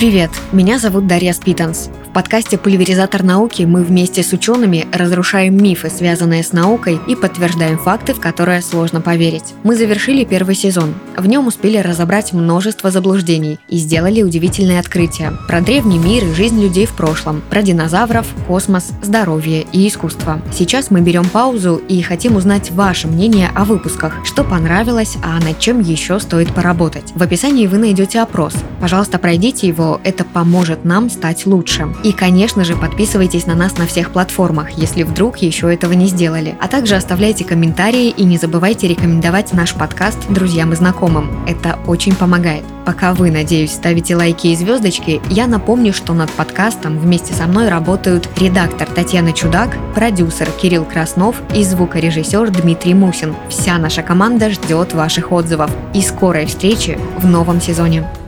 Привет, меня зовут Дарья Спитанс. В подкасте «Пульверизатор науки» мы вместе с учеными разрушаем мифы, связанные с наукой, и подтверждаем факты, в которые сложно поверить. Мы завершили первый сезон. В нем успели разобрать множество заблуждений и сделали удивительные открытия про древний мир и жизнь людей в прошлом, про динозавров, космос, здоровье и искусство. Сейчас мы берем паузу и хотим узнать ваше мнение о выпусках, что понравилось, а над чем еще стоит поработать. В описании вы найдете опрос. Пожалуйста, пройдите его, это поможет нам стать лучше. И, конечно же, подписывайтесь на нас на всех платформах, если вдруг еще этого не сделали. А также оставляйте комментарии и не забывайте рекомендовать наш подкаст друзьям и знакомым. Это очень помогает. Пока вы, надеюсь, ставите лайки и звездочки, я напомню, что над подкастом вместе со мной работают редактор Татьяна Чудак, продюсер Кирилл Краснов и звукорежиссер Дмитрий Мусин. Вся наша команда ждет ваших отзывов. И скорой встречи в новом сезоне.